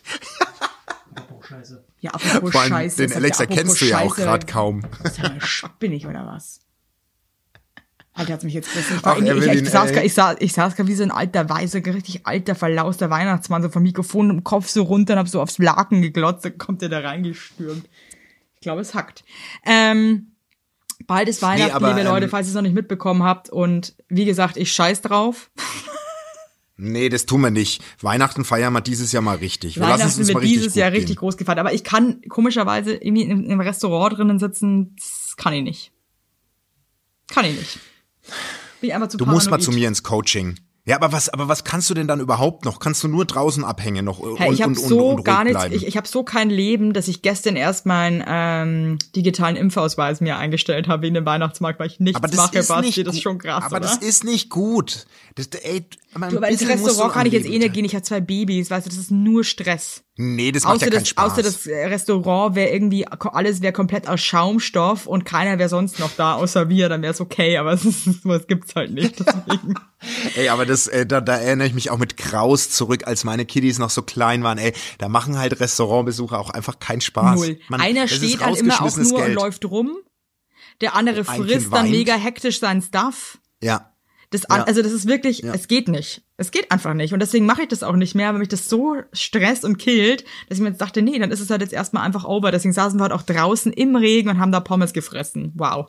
Apropos Scheiße. Ja, apropos Vor allem Scheiße. den sagt Alex er, apropos erkennst du ja auch Scheiße. gerade kaum. Sag mal, spinn ich oder was? Alter, hat's mich jetzt gerissen. Ich, Ach, war in, ich, Evelyn, ich, saß ey. grad, ich, saß, ich saß gerade wie so ein alter, weißer, richtig alter, verlauster Weihnachtsmann, so vom Mikrofon im Kopf so runter und hab so aufs Laken geglotzt, dann kommt der da reingestürmt. Ich glaube, es hackt. Ähm, bald ist Weihnachten, aber, liebe Leute, ähm, falls ihr es noch nicht mitbekommen habt. Und wie gesagt, ich scheiß drauf. Nee, das tun wir nicht. Weihnachten feiern wir dieses Jahr mal richtig. Wir lassen es Weihnachten uns mal wird richtig dieses gut Jahr gehen. richtig groß gefeiert. Aber ich kann komischerweise irgendwie im, im Restaurant drinnen sitzen, das kann ich nicht. Kann ich nicht. Bin ich einfach zu Du musst mal paranoid. zu mir ins Coaching. Ja, aber was, aber was kannst du denn dann überhaupt noch? Kannst du nur draußen abhängen noch und, Hey, ich habe und, und, so und ruhig gar nichts, bleiben? ich, ich habe so kein Leben, dass ich gestern erst meinen ähm, digitalen Impfausweis mir eingestellt habe wegen dem Weihnachtsmarkt, weil ich nichts aber das mache, ist Basti, nicht das ist gut. schon krass, Aber oder? das ist nicht gut. Das, ey, aber ein Du, aber ins bisschen musst Restaurant du kann ich jetzt am eh Leben nicht gehen, ich habe zwei Babys, weißt du, das ist nur Stress. Nee, das macht Außer ja keinen das, Spaß. außer das äh, Restaurant wäre irgendwie, alles wäre komplett aus Schaumstoff und keiner wäre sonst noch da, außer wir, dann wäre es okay, aber es ist, sowas gibt's halt nicht, deswegen. Ey, aber das, äh, da, da erinnere ich mich auch mit Graus zurück, als meine Kiddies noch so klein waren. Ey, da machen halt Restaurantbesucher auch einfach keinen Spaß. Null. Man, Einer das ist steht dann immer auch rausgeschmissenes nur Geld. und läuft rum, der andere Ein frisst Kind dann weint. mega hektisch seinen Stuff. Ja. Das, an, Ja. Also das ist wirklich, Ja. es geht nicht. Es geht einfach nicht. Und deswegen mache ich das auch nicht mehr, weil mich das so stresst und killt, dass ich mir jetzt dachte, nee, dann ist es halt jetzt erstmal einfach over. Deswegen saßen wir halt auch draußen im Regen und haben da Pommes gefressen. Wow.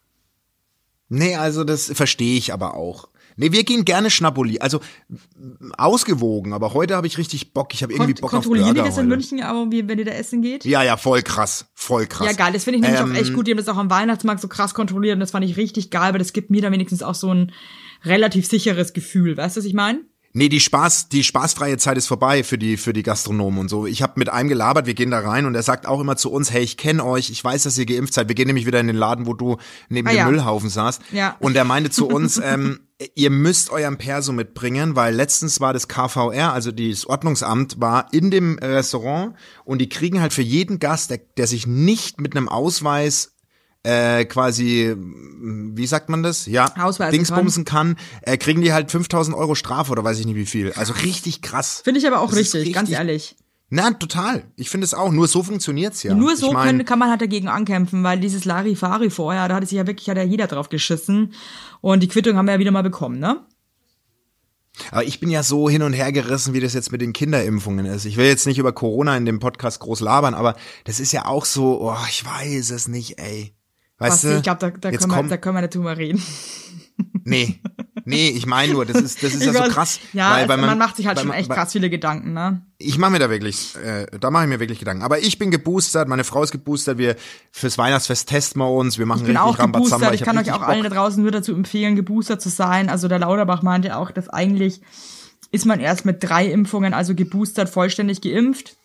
Nee, also das verstehe ich aber auch. Nee, wir gehen gerne Schnappuli. Also m, ausgewogen, aber heute habe ich richtig Bock. Ich habe irgendwie Kont Bock auf kontrollieren die Burger das in heute. München auch, wie, wenn ihr da essen geht? Ja, ja, voll krass. Voll krass. Ja, geil. Das finde ich nämlich Ähm, auch echt gut. Die haben das auch am Weihnachtsmarkt so krass kontrolliert und das fand ich richtig geil, weil das gibt mir dann wenigstens auch so ein relativ sicheres Gefühl. Weißt du, was ich meine? Nee, die Spaß, die spaßfreie Zeit ist vorbei für die für die Gastronomen und so. Ich habe mit einem gelabert, wir gehen da rein und er sagt auch immer zu uns, hey, ich kenne euch, ich weiß, dass ihr geimpft seid. Wir gehen nämlich wieder in den Laden, wo du neben Ah, dem ja. Müllhaufen saßt. Ja. Und er meinte zu uns, ähm, ihr müsst euren Perso mitbringen, weil letztens war das K V R, also das Ordnungsamt, war in dem Restaurant und die kriegen halt für jeden Gast, der, der sich nicht mit einem Ausweis äh, quasi, wie sagt man das? Ja, Ausweisen Dingsbumsen kann, äh, kriegen die halt fünftausend Euro Strafe oder weiß ich nicht wie viel. Also richtig krass. Finde ich aber auch Das ist richtig, ganz richtig- ehrlich. Na, total. Ich finde es auch. Nur so funktioniert's ja. Nur so ich mein, können, kann man halt dagegen ankämpfen, weil dieses Larifari vorher, da hatte sich ja wirklich, hat ja jeder drauf geschissen. Und die Quittung haben wir ja wieder mal bekommen, ne? Aber ich bin ja so hin und her gerissen, wie das jetzt mit den Kinderimpfungen ist. Ich will jetzt nicht über Corona in dem Podcast groß labern, aber das ist ja auch so, oh, ich weiß es nicht, ey. Weißt Basti, du? ich glaube, da, da, jetzt können wir- komm- da können wir nicht drüber reden. Nee. Nee, ich meine nur, das ist, das ist ja Ich so weiß- krass. Ja, weil, es, weil man, man, macht sich halt weil schon man- echt weil- krass viele Gedanken, ne? Ich mache mir da wirklich, äh, da mache ich mir wirklich Gedanken. Aber ich bin geboostert, meine Frau ist geboostert, wir fürs Weihnachtsfest testen wir uns, wir machen Ich bin richtig auch Rambazamba. geboostert. Ich hab kann euch richtig auch allen da Bock. draußen nur dazu empfehlen, geboostert zu sein. Also der Lauterbach meinte auch, dass eigentlich ist man erst mit drei Impfungen, also geboostert, vollständig geimpft.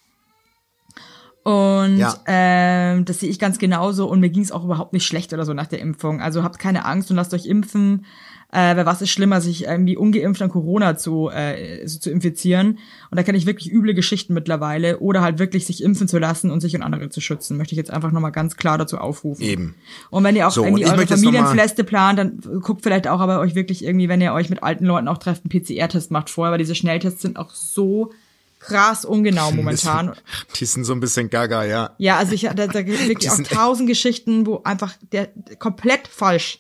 Und Ja. ähm, das sehe ich ganz genauso. Und mir ging es auch überhaupt nicht schlecht oder so nach der Impfung. Also habt keine Angst und lasst euch impfen. Äh, weil was ist schlimmer, sich irgendwie ungeimpft an Corona zu, äh, so zu infizieren. Und da kenne ich wirklich üble Geschichten mittlerweile. Oder halt wirklich sich impfen zu lassen und sich und andere zu schützen. Möchte ich jetzt einfach nochmal ganz klar dazu aufrufen. Eben. Und wenn ihr auch So, und irgendwie ich eure möchte jetzt noch mal- Familienfeste plant, dann guckt vielleicht auch aber euch wirklich irgendwie, wenn ihr euch mit alten Leuten auch trefft, einen P C R-Test macht vorher, weil diese Schnelltests sind auch so krass ungenau momentan. Die sind so ein bisschen gaga, ja. Ja, also ich, da, da gibt Die wirklich auch sind- tausend Geschichten, wo einfach der komplett falsch.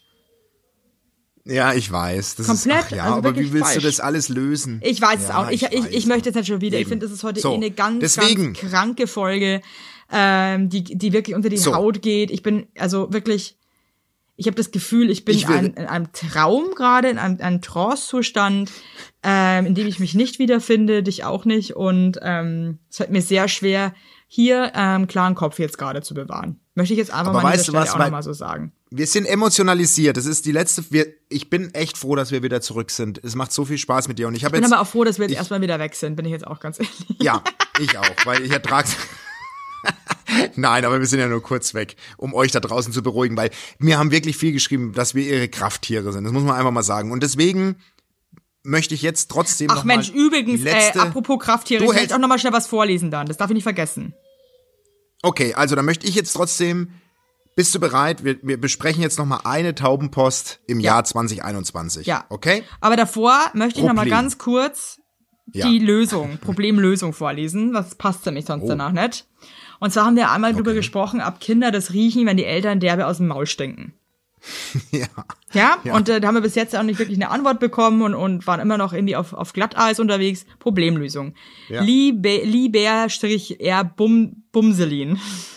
Ja, ich weiß. Das Komplett, ist, ach ja, also aber wirklich wie willst falsch. du das alles lösen? Ich weiß es Ja, auch. Ich, ich, ich, weiß. möchte jetzt nicht schon wieder. Ich Eben. finde, das ist heute So, eh eine ganz, deswegen. ganz kranke Folge, ähm, die, die wirklich unter die So. Haut geht. Ich bin, also wirklich, Ich habe das Gefühl, ich bin Ich will- ein, in einem Traum gerade, in einem, einem Trance-Zustand, ähm, in dem ich mich nicht wiederfinde, dich auch nicht. Und ähm, es fällt mir sehr schwer, hier ähm, klaren Kopf jetzt gerade zu bewahren. Möchte ich jetzt einfach Aber mal an weißt dieser du Stelle was, auch weil- nochmal so sagen. Wir sind emotionalisiert. Das ist die letzte. Wir, ich bin echt froh, dass wir wieder zurück sind. Es macht so viel Spaß mit dir. Und ich Ich habe bin jetzt. aber auch froh, dass wir jetzt ich- erstmal wieder weg sind, bin ich jetzt auch ganz ehrlich. Ja, ich auch, weil ich ertrag's. Nein, aber wir sind ja nur kurz weg, um euch da draußen zu beruhigen, weil mir haben wirklich viel geschrieben, dass wir ihre Krafttiere sind. Das muss man einfach mal sagen. Und deswegen möchte ich jetzt trotzdem Ach noch mal Mensch, übrigens, die letzte, äh, apropos Krafttiere, Du ich möchte hältst- auch nochmal schnell was vorlesen dann. Das darf ich nicht vergessen. Okay, also dann möchte ich jetzt trotzdem. Bist du bereit? Wir, wir besprechen jetzt noch mal eine Taubenpost im Ja. Jahr zwanzig einundzwanzig. Ja. Okay? Aber davor möchte ich nochmal Problem. ganz kurz Ja. die Lösung, Problemlösung vorlesen. Das passt nämlich sonst Oh. danach nicht. Und zwar haben wir einmal drüber Okay. gesprochen, ob Kinder das riechen, wenn die Eltern derbe aus dem Maul stinken. Ja. Ja, Ja. und äh, da haben wir bis jetzt auch nicht wirklich eine Antwort bekommen und, und waren immer noch irgendwie auf, auf Glatteis unterwegs. Problemlösung. Ja. Liebe, Lieber-R Bum, Bumselin.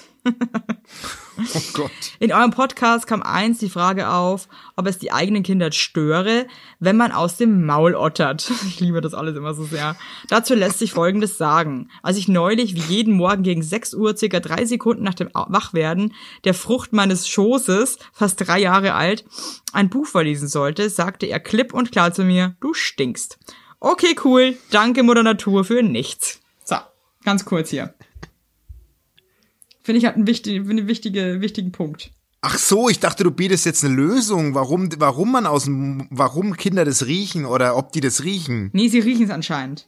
Oh Gott. In eurem Podcast kam eins die Frage auf, ob es die eigenen Kinder störe, wenn man aus dem Maul ottert. Ich liebe das alles immer so sehr. Dazu lässt sich Folgendes sagen. Als ich neulich wie jeden Morgen gegen sechs Uhr, circa drei Sekunden nach dem Wachwerden, der Frucht meines Schoßes, fast drei Jahre alt, ein Buch vorlesen sollte, sagte er klipp und klar zu mir, du stinkst. Okay, cool. Danke, Mutter Natur, für nichts. So, ganz kurz hier. Finde ich halt einen wichtigen, einen wichtige, wichtigen Punkt. Ach so, ich dachte, du bietest jetzt eine Lösung, warum, warum man aus dem, warum Kinder das riechen oder ob die das riechen. Nee, sie riechen es anscheinend.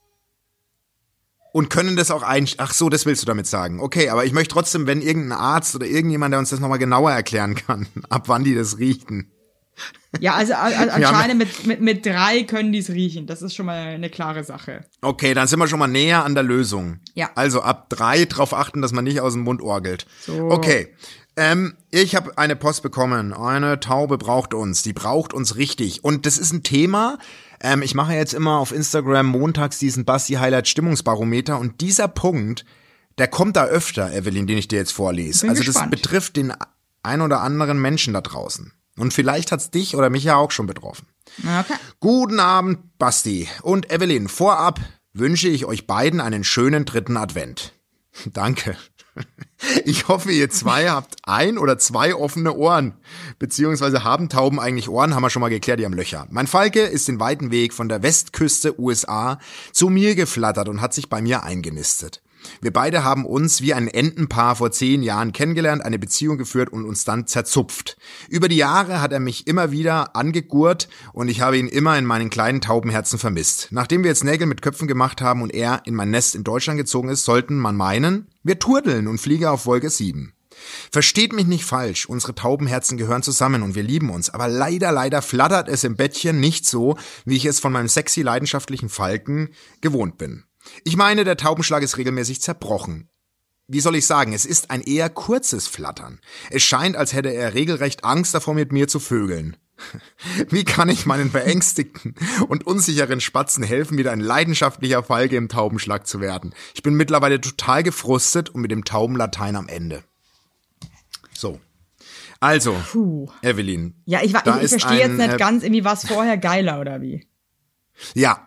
Und können das auch ein, ach so, das willst du damit sagen. Okay, aber ich möchte trotzdem, wenn irgendein Arzt oder irgendjemand, der uns das nochmal genauer erklären kann, ab wann die das riechen. Ja, also, also haben- anscheinend mit, mit, mit drei können die es riechen. Das ist schon mal eine klare Sache. Okay, dann sind wir schon mal näher an der Lösung. Ja. Also ab drei drauf achten, dass man nicht aus dem Mund orgelt. So. Okay. Ähm, ich habe eine Post bekommen. Eine Taube braucht uns. Die braucht uns richtig. Und das ist ein Thema. Ähm, ich mache jetzt immer auf Instagram montags diesen Basti Highlight Stimmungsbarometer. Und dieser Punkt, der kommt da öfter, Evelyn, den ich dir jetzt vorlese. Bin Also gespannt. das betrifft den ein oder anderen Menschen da draußen. Und vielleicht hat's dich oder mich ja auch schon betroffen. Okay. Guten Abend, Basti und Evelyn. Vorab wünsche ich euch beiden einen schönen dritten Advent. Danke. Ich hoffe, ihr zwei habt ein oder zwei offene Ohren. Beziehungsweise haben Tauben eigentlich Ohren, haben wir schon mal geklärt, die haben Löcher. Mein Falke ist den weiten Weg von der Westküste U S A zu mir geflattert und hat sich bei mir eingenistet. Wir beide haben uns wie ein Entenpaar vor zehn Jahren kennengelernt, eine Beziehung geführt und uns dann zerzupft. Über die Jahre hat er mich immer wieder angegurrt und ich habe ihn immer in meinen kleinen Taubenherzen vermisst. Nachdem wir jetzt Nägel mit Köpfen gemacht haben und er in mein Nest in Deutschland gezogen ist, sollten man meinen, wir turteln und fliegen auf Wolke sieben. Versteht mich nicht falsch, unsere Taubenherzen gehören zusammen und wir lieben uns, aber leider, leider flattert es im Bettchen nicht so, wie ich es von meinem sexy, leidenschaftlichen Falken gewohnt bin. Ich meine, der Taubenschlag ist regelmäßig zerbrochen. Wie soll ich sagen, es ist ein eher kurzes Flattern. Es scheint, als hätte er regelrecht Angst davor, mit mir zu vögeln. Wie kann ich meinen beängstigten und unsicheren Spatzen helfen, wieder ein leidenschaftlicher Falke im Taubenschlag zu werden? Ich bin mittlerweile total gefrustet und mit dem Taubenlatein am Ende. So. Also, Puh. Evelyn. Ja, ich, wa- Da ich, ich ist verstehe jetzt ein, nicht äh, ganz, irgendwie was vorher geiler oder wie? Ja.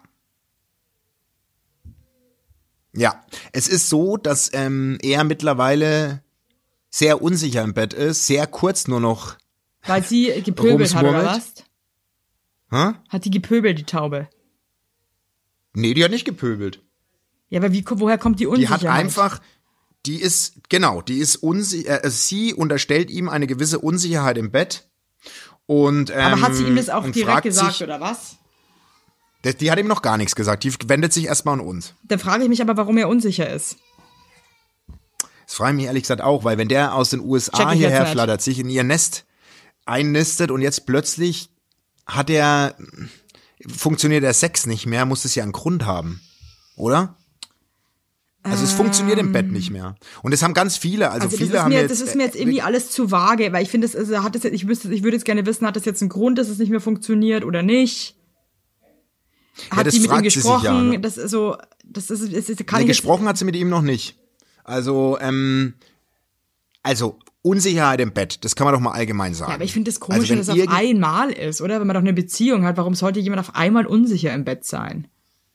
Ja, es ist so, dass ähm, er mittlerweile sehr unsicher im Bett ist, sehr kurz nur noch. Weil sie gepöbelt hat oder Rumsmurmelt? was? Hä? Hat die gepöbelt, die Taube? Nee, die hat nicht gepöbelt. Ja, aber wie, woher kommt die Die Unsicherheit? hat einfach, die ist, genau, die ist unsicher, äh, sie unterstellt ihm eine gewisse Unsicherheit im Bett. Und, ähm, Aber hat sie ihm das auch und direkt fragt gesagt, sich, oder was? Die, die hat ihm noch gar nichts gesagt, die wendet sich erstmal an uns. Dann frage ich mich aber, warum er unsicher ist. Das frage ich mich ehrlich gesagt auch, weil wenn der aus den U S Check A ich jetzt hierher nicht. flattert, sich in ihr Nest einnistet und jetzt plötzlich hat er, funktioniert der Sex nicht mehr, muss es ja einen Grund haben, oder? Also es funktioniert im Bett nicht mehr. Und das haben ganz viele, also, Also viele das ist haben mir, jetzt, das ist mir jetzt irgendwie alles zu vage, weil ich finde, es also hat es jetzt, ich wüsste, ich würde jetzt gerne wissen, hat das jetzt einen Grund, dass es nicht mehr funktioniert oder nicht? Hat das die mit ihm fragt sie sich gesprochen? ja, ne? Das ist so, das ist, das ist kann nee, ich jetzt, gesprochen hat sie mit ihm noch nicht. Also, ähm, also Unsicherheit im Bett, das kann man doch mal allgemein sagen. Ja, aber ich finde es das komisch, Also wenn dass es auf irgend- einmal ist, oder? Wenn man doch eine Beziehung hat, warum sollte jemand auf einmal unsicher im Bett sein?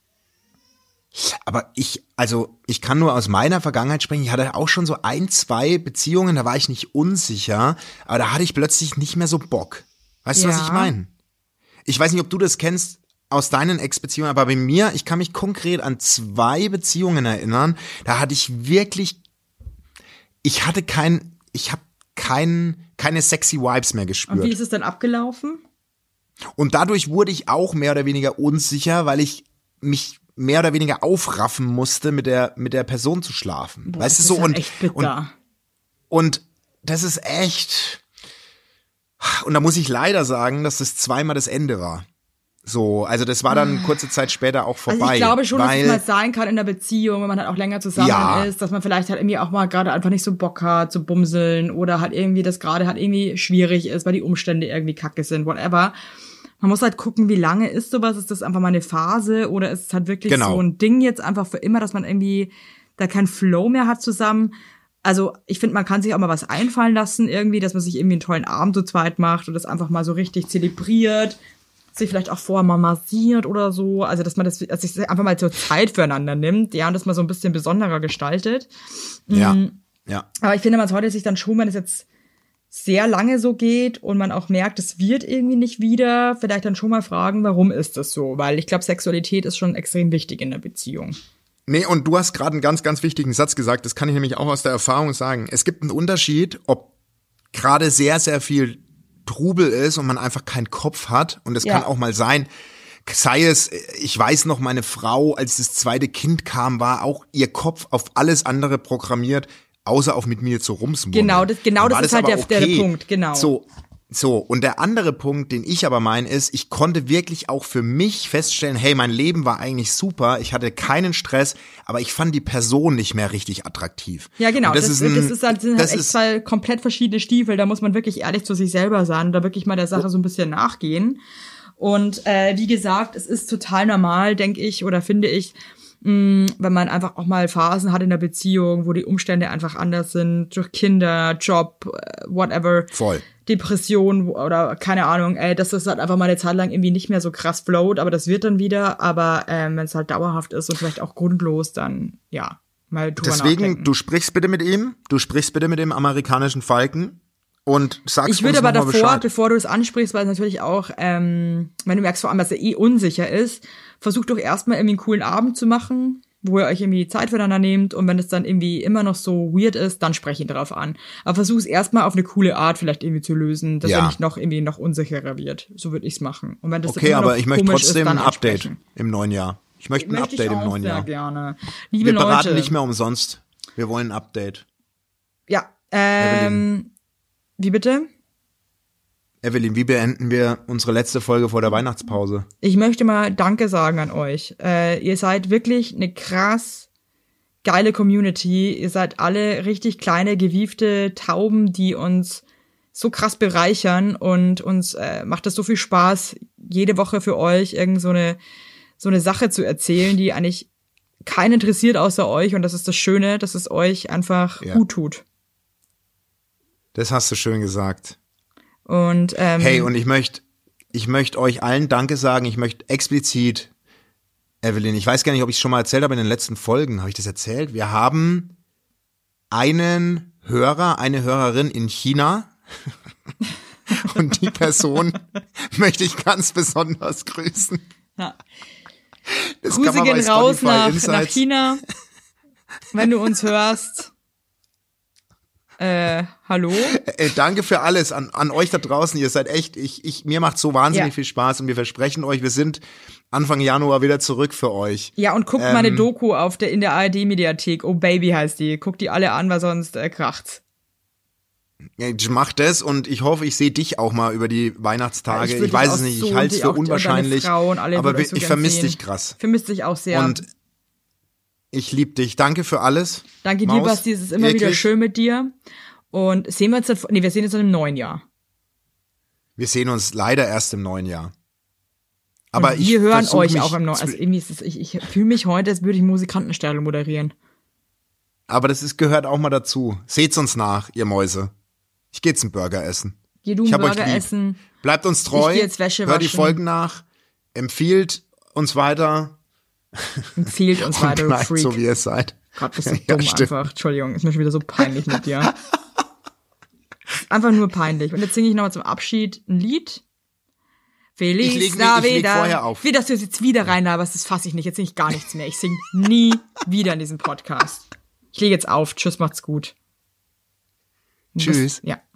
Aber ich, also ich kann nur aus meiner Vergangenheit sprechen. Ich hatte auch schon so ein, zwei Beziehungen, da war ich nicht unsicher, aber da hatte ich plötzlich nicht mehr so Bock. Weißt du, was Ja. ich meine? Ich weiß nicht, ob du das kennst aus deinen Ex-Beziehungen, aber bei mir, ich kann mich konkret an zwei Beziehungen erinnern, da hatte ich wirklich, ich hatte kein, ich habe kein, keine sexy Vibes mehr Und wie gespürt. ist es dann abgelaufen? Und dadurch wurde ich auch mehr oder weniger unsicher, weil ich mich mehr oder weniger aufraffen musste, mit der mit der Person zu schlafen. Boah, weißt du das so ist ja und, echt bitter. und und das ist echt und da muss ich leider sagen, dass das zweimal das Ende war. So, also das war dann kurze Zeit später auch vorbei. Also ich glaube schon, weil, dass es mal sein kann in der Beziehung, wenn man halt auch länger zusammen Ja. ist, dass man vielleicht halt irgendwie auch mal gerade einfach nicht so Bock hat zu bumseln oder halt irgendwie das gerade halt irgendwie schwierig ist, weil die Umstände irgendwie kacke sind, whatever. Man muss halt gucken, wie lange ist sowas, ist das einfach mal eine Phase oder ist es halt wirklich Genau. so ein Ding jetzt einfach für immer, dass man irgendwie da keinen Flow mehr hat zusammen. Also ich finde, man kann sich auch mal was einfallen lassen irgendwie, dass man sich irgendwie einen tollen Abend zu zweit macht und das einfach mal so richtig zelebriert, sich vielleicht auch vorher mal massiert oder so, also dass man das, also sich einfach mal zur Zeit füreinander nimmt, ja, und das mal so ein bisschen besonderer gestaltet. ja, Mhm. ja. Aber ich finde, man sollte sich dann schon, wenn es jetzt sehr lange so geht und man auch merkt, es wird irgendwie nicht wieder, vielleicht dann schon mal fragen, warum ist das so? Weil ich glaube, Sexualität ist schon extrem wichtig in der Beziehung. Nee, und du hast gerade einen ganz, ganz wichtigen Satz gesagt, das kann ich nämlich auch aus der Erfahrung sagen. Es gibt einen Unterschied, ob gerade sehr, sehr viel Trubel ist und man einfach keinen Kopf hat. Und es Ja. kann auch mal sein, sei es, ich weiß noch, meine Frau, als das zweite Kind kam, war auch ihr Kopf auf alles andere programmiert, außer auf mit mir zu rumsmurmeln. Genau, das- genau Dann war das ist halt aber der- der Punkt, genau. So, so, und der andere Punkt, den ich aber meine, ist, ich konnte wirklich auch für mich feststellen, hey, mein Leben war eigentlich super, ich hatte keinen Stress, aber ich fand die Person nicht mehr richtig attraktiv. Ja, genau. Und Das, das, ein- das ist halt, sind halt das echt ist- zwei komplett verschiedene Stiefel. Da muss man wirklich ehrlich zu sich selber sein und da wirklich mal der Sache so ein bisschen nachgehen. Und äh, wie gesagt, es ist total normal, denke ich, oder finde ich, mh, wenn man einfach auch mal Phasen hat in der Beziehung, wo die Umstände einfach anders sind, durch Kinder, Job, äh, whatever. Voll. Depression wo- oder keine Ahnung, ey, dass das halt einfach mal eine Zeit lang irgendwie nicht mehr so krass float, aber das wird dann wieder. Aber ähm, wenn es halt dauerhaft ist und vielleicht auch grundlos, dann ja, mal drüber Deswegen, nachdenken. du sprichst bitte mit ihm, du sprichst bitte mit dem amerikanischen Falken und sagst Ich würde uns aber noch mal davor, Bescheid. bevor du es ansprichst, weil es natürlich auch, ähm, wenn du merkst vor allem, dass er eh unsicher ist, versuch doch erstmal irgendwie einen coolen Abend zu machen, wo ihr euch irgendwie Zeit füreinander nehmt und wenn es dann irgendwie immer noch so weird ist, dann spreche ihn darauf an. Aber versuch es erstmal auf eine coole Art vielleicht irgendwie zu lösen, dass Ja. er nicht noch irgendwie noch unsicherer wird. So würde ich's machen. Und wenn das dann Okay, immer aber noch ich möchte komisch trotzdem ist, dann ein Update ansprechen. im neuen Jahr. Ich möchte ein Möchte ich Update im auch neuen sehr Jahr. gerne. Liebe Wir Leute. beraten nicht mehr umsonst. Wir wollen ein Update. Ja, ähm, wie bitte? Evelyn, wie beenden wir unsere letzte Folge vor der Weihnachtspause? Ich möchte mal Danke sagen an euch. Äh, ihr seid wirklich eine krass geile Community. Ihr seid alle richtig kleine, gewiefte Tauben, die uns so krass bereichern und uns äh, macht es so viel Spaß, jede Woche für euch irgend so eine, so eine Sache zu erzählen, die eigentlich keinen interessiert außer euch. Und das ist das Schöne, dass es euch einfach Ja. gut tut. Das hast du schön gesagt. Und ähm, Hey, und ich möchte ich möchte euch allen Danke sagen. Ich möchte explizit, Evelyn, ich weiß gar nicht, ob ich es schon mal erzählt habe in den letzten Folgen. Habe ich das erzählt? Wir haben einen Hörer, eine Hörerin in China. Und die Person möchte ich ganz besonders grüßen. ja. Das Grüße kann man bei gehen raus Spotify nach, nach Insights- China, wenn du uns hörst. Äh, hallo? Äh, danke für alles an, an euch da draußen. Ihr seid echt, ich, ich, mir macht so wahnsinnig Ja. viel Spaß und wir versprechen euch, wir sind Anfang Januar wieder zurück für euch. Ja, und guckt Ähm, meine Doku auf der, in der A R D-Mediathek. Oh Baby heißt die. Guckt die alle an, weil sonst äh, kracht's. Ich mach das und ich hoffe, ich sehe dich auch mal über die Weihnachtstage. Ja, Ich, würd dich weiß auch es nicht, so ich halte es und für auch die- und deine unwahrscheinlich. Frau und alle aber würden wir- euch so ich gern vermisse sehen. dich krass. Vermisst dich auch sehr. Und ich liebe dich. Danke für alles. Danke dir, Maus. Basti. Es ist immer wieder Wirklich. schön mit dir. Und sehen wir uns, dann- nee, wir sehen uns dann im neuen Jahr. Wir sehen uns leider erst im neuen Jahr. Aber und ich wir hören versuch euch mich auch im neuen zu- Also irgendwie ist es, ich, ich fühle mich heute, als würde ich Musikantenstelle moderieren. Aber das ist, gehört auch mal dazu. Seht's uns nach, ihr Mäuse. Ich gehe jetzt einen Burger essen. Geh du Ich einen hab euch Burger lieb. essen. Bleibt uns treu. Ich geh jetzt Wäsche hört die waschen. Folgen nach. Empfiehlt uns weiter. Empfiehlt uns Und weiter, du bleibt Freak. so, wie ihr seid. Gott, bist du Ja, dumm stimmt. einfach. Entschuldigung, ist mir schon wieder so peinlich mit dir. Einfach nur peinlich. Und jetzt singe ich nochmal zum Abschied ein Lied. Feliz Ich leg- ich leg Navidad. vorher auf. Wie, dass du es jetzt wieder reinlaberst, das fasse ich nicht. Jetzt singe ich gar nichts mehr. Ich singe nie wieder in diesem Podcast. Ich lege jetzt auf. Tschüss, macht's gut. Tschüss. Ja.